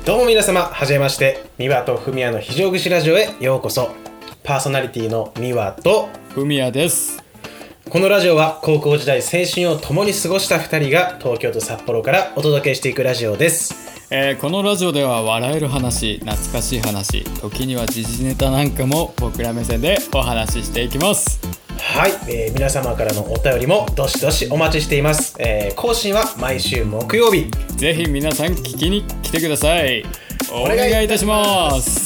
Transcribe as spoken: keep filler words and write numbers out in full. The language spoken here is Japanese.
どうも皆様、はじめまして。ミワとフミヤの非常口ラジオへようこそ。パーソナリティのミワとフミヤです。 このラジオは高校時代青春を共に過ごしたふたりが東京と札幌からお届けしていくラジオです。 えー、このラジオでは笑える話、懐かしい話、時には時事ネタなんかも僕ら目線でお話ししていきます。 はい、えー、皆様からのお便りもどしどしお待ちしています。えー、更新は毎週木曜日。 ぜひ皆さん聞きに来てください。お願いいたします。